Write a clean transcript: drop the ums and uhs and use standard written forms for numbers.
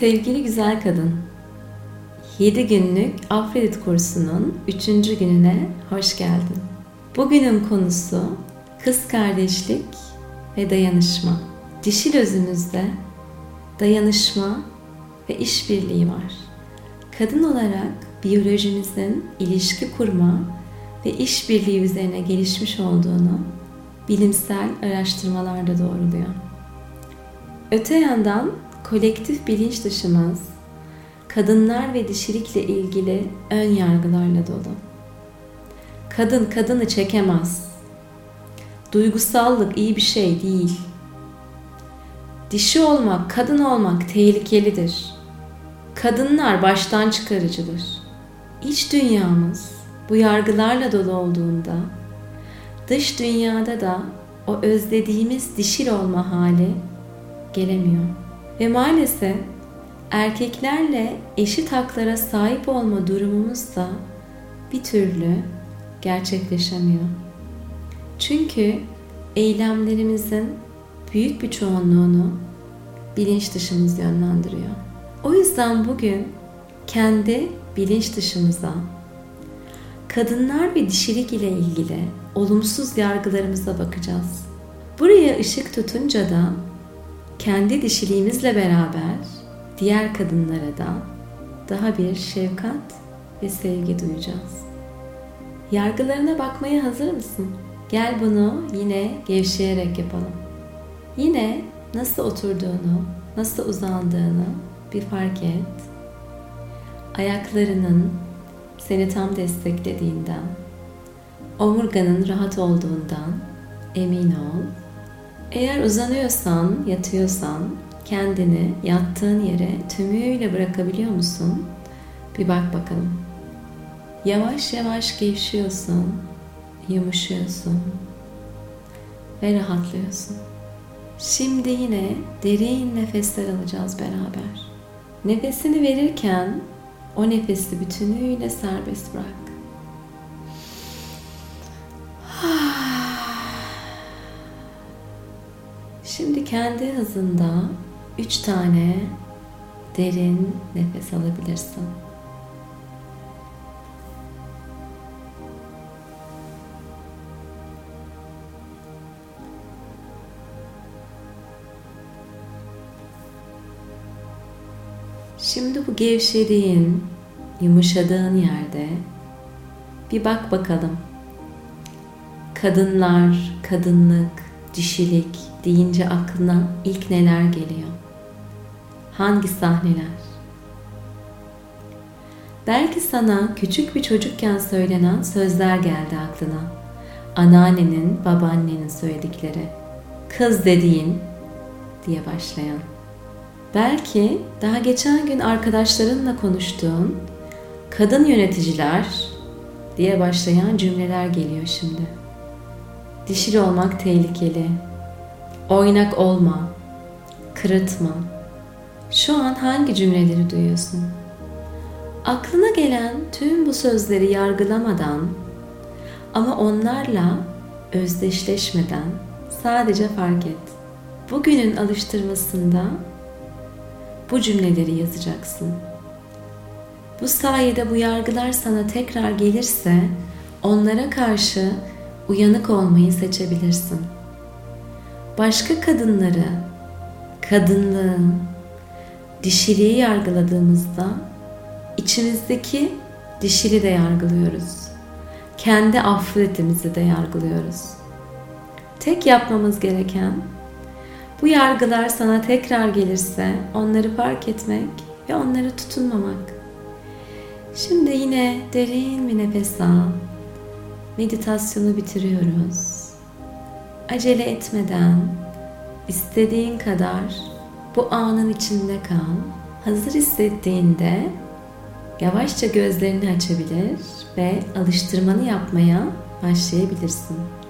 Sevgili güzel kadın, 7 günlük Afrodit kursunun 3. gününe hoş geldin. Bugünün konusu kız kardeşlik ve dayanışma. Dişil özümüzde dayanışma ve işbirliği var. Kadın olarak biyolojimizin ilişki kurma ve işbirliği üzerine gelişmiş olduğunu bilimsel araştırmalarda doğruluyor. Öte yandan kolektif bilinç dışımız kadınlar ve dişilikle ilgili ön yargılarla dolu. Kadın kadını çekemez. Duygusallık iyi bir şey değil. Dişi olmak, kadın olmak tehlikelidir. Kadınlar baştan çıkarıcıdır. İç dünyamız bu yargılarla dolu olduğunda dış dünyada da o özlediğimiz dişil olma hali gelemiyor. Ve maalesef erkeklerle eşit haklara sahip olma durumumuz da bir türlü gerçekleşemiyor. Çünkü eylemlerimizin büyük bir çoğunluğunu bilinç dışımız yönlendiriyor. O yüzden bugün kendi bilinç dışımıza, kadınlar ve dişilik ile ilgili olumsuz yargılarımıza bakacağız. Buraya ışık tutunca da kendi dişiliğimizle beraber diğer kadınlara da daha bir şefkat ve sevgi duyacağız. Yargılarına bakmaya hazır mısın? Gel bunu yine gevşeyerek yapalım. Yine nasıl oturduğunu, nasıl uzandığını bir fark et. Ayaklarının seni tam desteklediğinden, omurganın rahat olduğundan emin ol. Eğer uzanıyorsan, yatıyorsan kendini yattığın yere tümüyle bırakabiliyor musun? Bir bak bakalım. Yavaş yavaş gevşiyorsun, yumuşuyorsun ve rahatlıyorsun. Şimdi yine derin nefesler alacağız beraber. Nefesini verirken o nefesi bütünüyle serbest bırak. Şimdi kendi hızında 3 tane derin nefes alabilirsin. Şimdi bu gevşediğin, yumuşadığın yerde bir bak bakalım. Kadınlar, kadınlık, dişilik deyince aklına ilk neler geliyor? Hangi sahneler? Belki sana küçük bir çocukken söylenen sözler geldi aklına. Anneannenin, babaannenin söyledikleri. Kız dediğin diye başlayan. Belki daha geçen gün arkadaşlarınla konuştuğun kadın yöneticiler diye başlayan cümleler geliyor şimdi. Dişil olmak tehlikeli. Oynak olma. Kırıtma. Şu an hangi cümleleri duyuyorsun? Aklına gelen tüm bu sözleri yargılamadan ama onlarla özdeşleşmeden sadece fark et. Bugünün alıştırmasında bu cümleleri yazacaksın. Bu sayede bu yargılar sana tekrar gelirse onlara karşı uyanık olmayı seçebilirsin. Başka kadınları, kadınlığın, dişiliği yargıladığımızda içimizdeki dişili de yargılıyoruz. Kendi Afrodit'imizi de yargılıyoruz. Tek yapmamız gereken bu yargılar sana tekrar gelirse onları fark etmek ve onlara tutunmamak. Şimdi yine derin bir nefes al. Meditasyonu bitiriyoruz. Acele etmeden istediğin kadar bu anın içinde kal. Hazır hissettiğinde yavaşça gözlerini açabilir ve alıştırmanı yapmaya başlayabilirsin.